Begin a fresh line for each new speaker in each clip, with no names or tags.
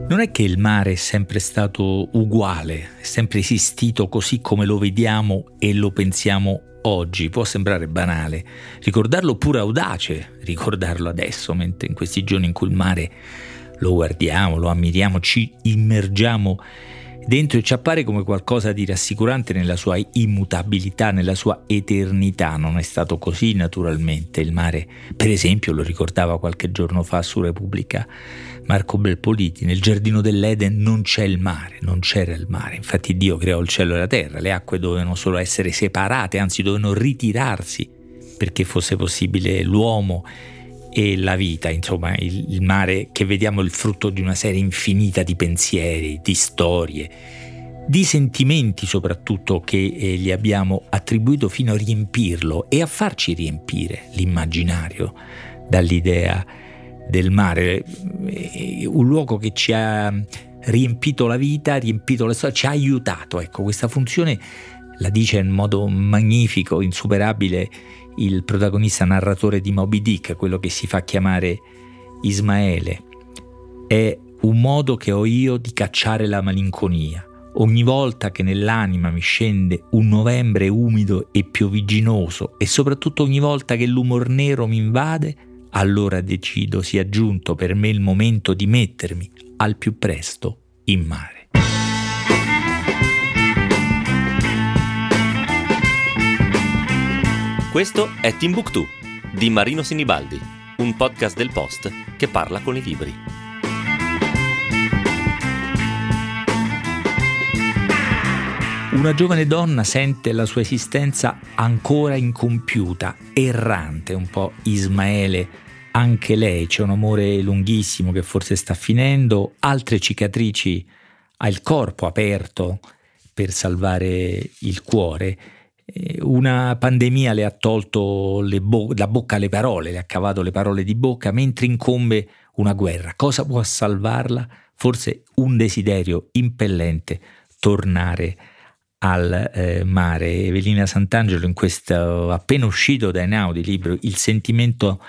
Non è che il mare è sempre stato uguale, è sempre esistito così come lo vediamo e lo pensiamo oggi. Può sembrare banale ricordarlo, oppure audace ricordarlo adesso, mentre in questi giorni in cui il mare lo guardiamo, lo ammiriamo, ci immergiamo dentro e ci appare come qualcosa di rassicurante nella sua immutabilità, nella sua eternità. Non è stato così naturalmente. Il mare, per esempio, lo ricordava qualche giorno fa su Repubblica Marco Belpoliti, nel giardino dell'Eden non c'è il mare, non c'era il mare. Infatti Dio creò il cielo e la terra, le acque dovevano solo essere separate, anzi dovevano ritirarsi perché fosse possibile l'uomo e la vita. Insomma, il mare che vediamo è il frutto di una serie infinita di pensieri, di storie, di sentimenti soprattutto che gli abbiamo attribuito fino a riempirlo e a farci riempire l'immaginario dall'idea del mare, un luogo che ci ha riempito la vita, riempito la storia, ci ha aiutato. Ecco, questa funzione la dice in modo magnifico, insuperabile, il protagonista narratore di Moby Dick, quello che si fa chiamare Ismaele. È un modo che ho io di cacciare la malinconia. Ogni volta che nell'anima mi scende un novembre umido e piovigginoso, e soprattutto ogni volta che l'umor nero mi invade, allora decido sia giunto per me il momento di mettermi al più presto in mare.
Questo è Timbuktu di Marino Sinibaldi, un podcast del Post che parla con i libri.
Una giovane donna sente la sua esistenza ancora incompiuta, errante, un po' Ismaele. Anche lei, c'è un amore lunghissimo che forse sta finendo, altre cicatrici, ha il corpo aperto per salvare il cuore. Una pandemia le ha tolto da bocca le parole, le ha cavato le parole di bocca, mentre incombe una guerra. Cosa può salvarla? Forse un desiderio impellente: tornare al mare. Evelina Santangelo, in questo appena uscito da Einaudi libro Il sentimento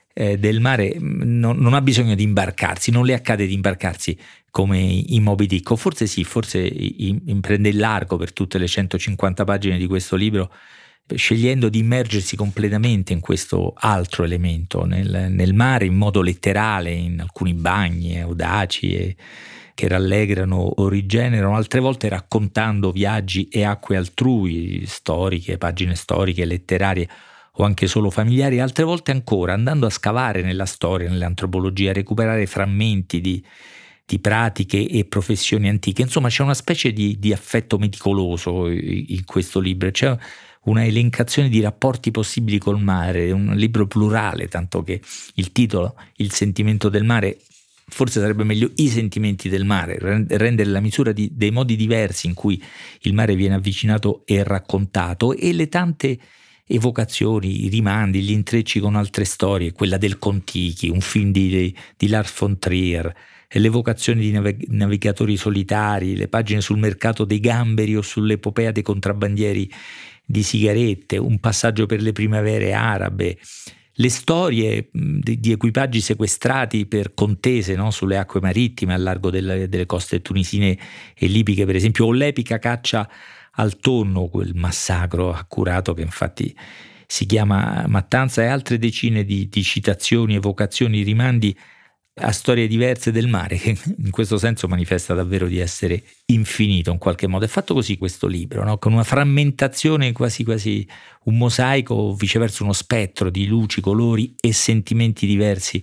del mare, non ha bisogno di imbarcarsi, non le accade di imbarcarsi come in Moby Dick, o forse sì, forse prende il largo per tutte le 150 pagine di questo libro, scegliendo di immergersi completamente in questo altro elemento, nel mare, in modo letterale, in alcuni bagni audaci che rallegrano o rigenerano, altre volte raccontando viaggi e acque altrui, storiche, pagine storiche, letterarie o anche solo familiari, altre volte ancora andando a scavare nella storia, nell'antropologia, a recuperare frammenti di pratiche e professioni antiche. Insomma, c'è una specie di affetto meticoloso in questo libro, c'è una elencazione di rapporti possibili col mare, è un libro plurale, tanto che il titolo, Il sentimento del mare, forse sarebbe meglio I sentimenti del mare, rendere la misura dei modi diversi in cui il mare viene avvicinato e raccontato, e le tante evocazioni, i rimandi, gli intrecci con altre storie, quella del Kon-Tiki, un film di Lars von Trier, e le evocazioni di navigatori solitari, le pagine sul mercato dei gamberi o sull'epopea dei contrabbandieri di sigarette, un passaggio per le primavere arabe, le storie di equipaggi sequestrati per contese, no? Sulle acque marittime al largo delle coste tunisine e libiche, per esempio, o l'epica caccia al tonno, quel massacro accurato che infatti si chiama Mattanza, e altre decine di citazioni, evocazioni, rimandi a storie diverse del mare, che in questo senso manifesta davvero di essere infinito in qualche modo. È fatto così questo libro, no? Con una frammentazione quasi un mosaico, o viceversa uno spettro di luci, colori e sentimenti diversi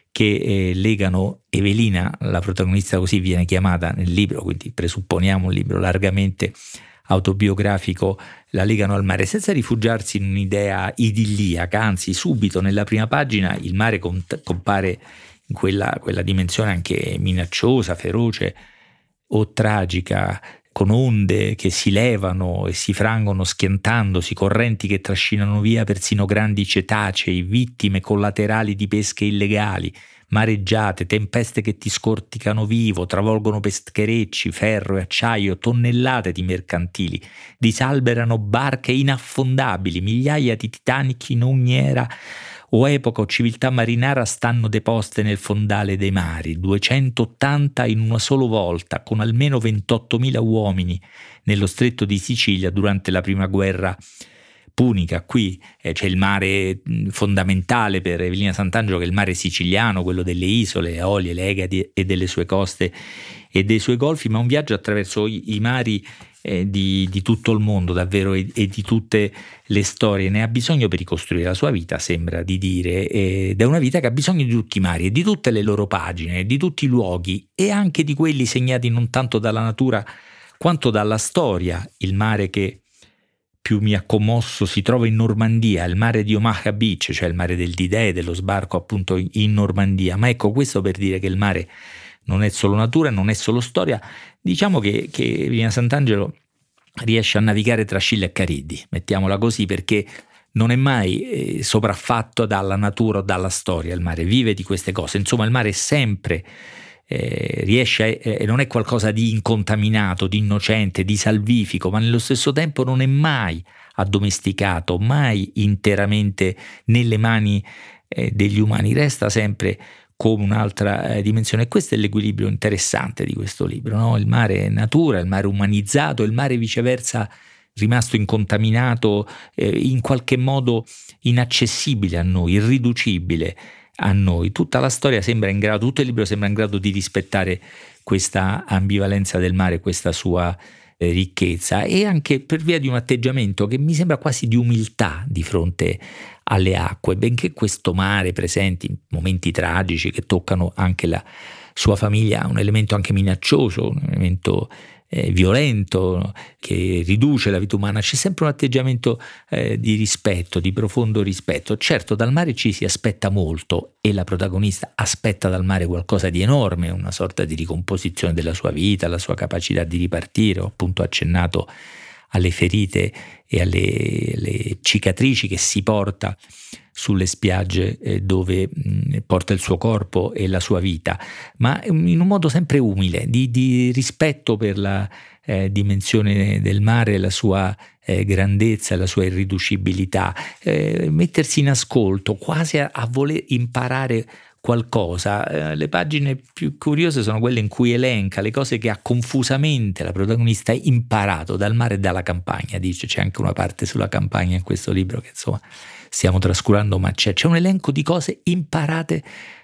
che legano Evelina, la protagonista così viene chiamata nel libro, quindi presupponiamo un libro largamente autobiografico, la legano al mare senza rifugiarsi in un'idea idilliaca, anzi subito nella prima pagina il mare compare in quella dimensione anche minacciosa, feroce o tragica, con onde che si levano e si frangono schiantandosi, correnti che trascinano via persino grandi cetacei, vittime collaterali di pesche illegali, mareggiate, tempeste che ti scorticano vivo, travolgono pescherecci, ferro e acciaio, tonnellate di mercantili, disalberano barche inaffondabili, migliaia di Titanic in ogni era o epoca o civiltà marinara stanno deposte nel fondale dei mari, 280 in una sola volta, con almeno 28.000 uomini nello stretto di Sicilia durante la prima guerra punica. Qui c'è il mare fondamentale per Evelina Sant'Angelo, che è il mare siciliano, quello delle isole, Eolie, le Egadi e delle sue coste e dei suoi golfi, ma un viaggio attraverso i mari di tutto il mondo davvero e di tutte le storie. Ne ha bisogno per ricostruire la sua vita, sembra di dire, ed è una vita che ha bisogno di tutti i mari e di tutte le loro pagine, di tutti i luoghi e anche di quelli segnati non tanto dalla natura quanto dalla storia. Il mare che più mi ha commosso si trova in Normandia, il mare di Omaha Beach, cioè il mare del D-Day, dello sbarco appunto in Normandia. Ma ecco, questo per dire che il mare non è solo natura, non è solo storia. Diciamo che Evelina Sant'Angelo riesce a navigare tra Scilla e Cariddi, mettiamola così, perché non è mai sopraffatto dalla natura o dalla storia. Il mare vive di queste cose, insomma il mare è sempre riesce e non è qualcosa di incontaminato, di innocente, di salvifico, ma nello stesso tempo non è mai addomesticato, mai interamente nelle mani degli umani, resta sempre come un'altra dimensione. E questo è l'equilibrio interessante di questo libro, no? Il mare è natura, il mare umanizzato, il mare viceversa rimasto incontaminato, in qualche modo inaccessibile a noi, irriducibile a noi. Tutta la storia sembra in grado, tutto il libro sembra in grado di rispettare questa ambivalenza del mare, questa sua ricchezza, e anche per via di un atteggiamento che mi sembra quasi di umiltà di fronte alle acque, benché questo mare presenti momenti tragici che toccano anche la sua famiglia, ha un elemento anche minaccioso, un elemento violento che riduce la vita umana. C'è sempre un atteggiamento di rispetto, di profondo rispetto. Certo, dal mare ci si aspetta molto e la protagonista aspetta dal mare qualcosa di enorme, una sorta di ricomposizione della sua vita, la sua capacità di ripartire. Ho appunto accennato alle ferite e alle cicatrici che si porta sulle spiagge dove porta il suo corpo e la sua vita, ma in un modo sempre umile, di rispetto per la dimensione del mare, la sua grandezza, la sua irriducibilità, mettersi in ascolto, quasi a voler imparare qualcosa. Le pagine più curiose sono quelle in cui elenca le cose che ha confusamente la protagonista imparato dal mare e dalla campagna. Dice, c'è anche una parte sulla campagna in questo libro che insomma stiamo trascurando, ma c'è un elenco di cose imparate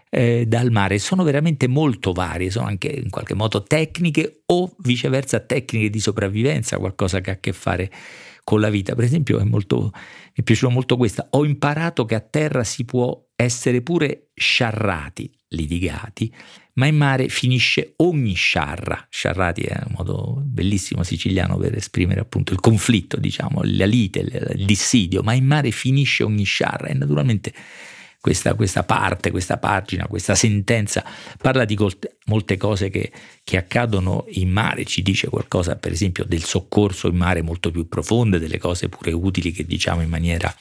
dal mare. Sono veramente molto varie, sono anche in qualche modo tecniche o viceversa tecniche di sopravvivenza, qualcosa che ha a che fare con la vita. Per esempio mi è piaciuta molto questa: ho imparato che a terra si può essere pure sciarrati, litigati, ma in mare finisce ogni sciarra. Sciarrati è un modo bellissimo siciliano per esprimere appunto il conflitto, diciamo, la lite, il dissidio, ma in mare finisce ogni sciarra. E naturalmente questa parte, questa pagina, questa sentenza parla di molte cose che accadono in mare, ci dice qualcosa per esempio del soccorso in mare molto più profonde, delle cose pure utili che diciamo in maniera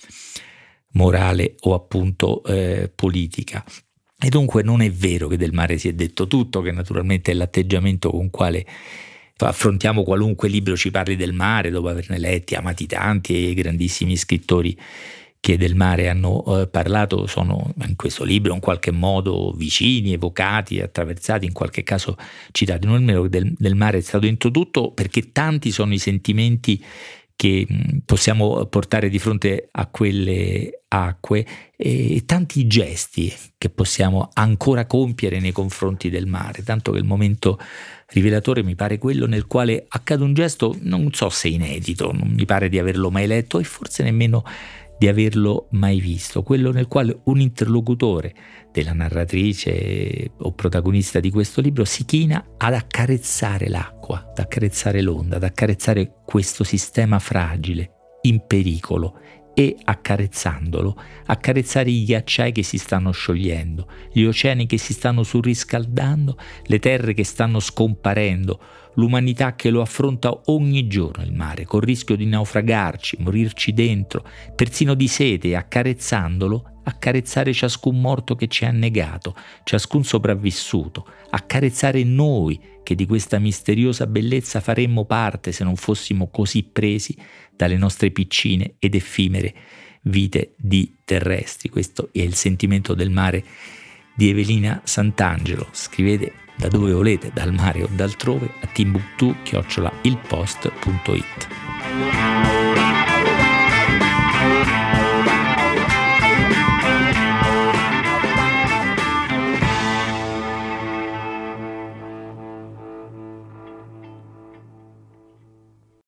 morale o appunto politica. E dunque non è vero che del mare si è detto tutto, che naturalmente è l'atteggiamento con quale affrontiamo qualunque libro ci parli del mare, dopo averne letti, amati tanti, e grandissimi scrittori che del mare hanno parlato sono in questo libro in qualche modo vicini, evocati, attraversati, in qualche caso citati. Non è vero che del mare è stato introdotto, perché tanti sono i sentimenti che possiamo portare di fronte a quelle acque e tanti gesti che possiamo ancora compiere nei confronti del mare, tanto che il momento rivelatore mi pare quello nel quale accade un gesto, non so se inedito, non mi pare di averlo mai letto e forse nemmeno di averlo mai visto, quello nel quale un interlocutore della narratrice o protagonista di questo libro si china ad accarezzare l'acqua, ad accarezzare l'onda, ad accarezzare questo sistema fragile, in pericolo, e accarezzandolo, accarezzare i ghiacciai che si stanno sciogliendo, gli oceani che si stanno surriscaldando, le terre che stanno scomparendo, l'umanità che lo affronta ogni giorno il mare, col rischio di naufragarci, morirci dentro, persino di sete, e accarezzandolo, accarezzare ciascun morto che ci ha negato, ciascun sopravvissuto, accarezzare noi che di questa misteriosa bellezza faremmo parte se non fossimo così presi dalle nostre piccine ed effimere vite di terrestri. Questo è il sentimento del mare di Evelina Santangelo. Scrivete da dove volete, dal mare o d'altrove, a timbuktu@ilpost.it.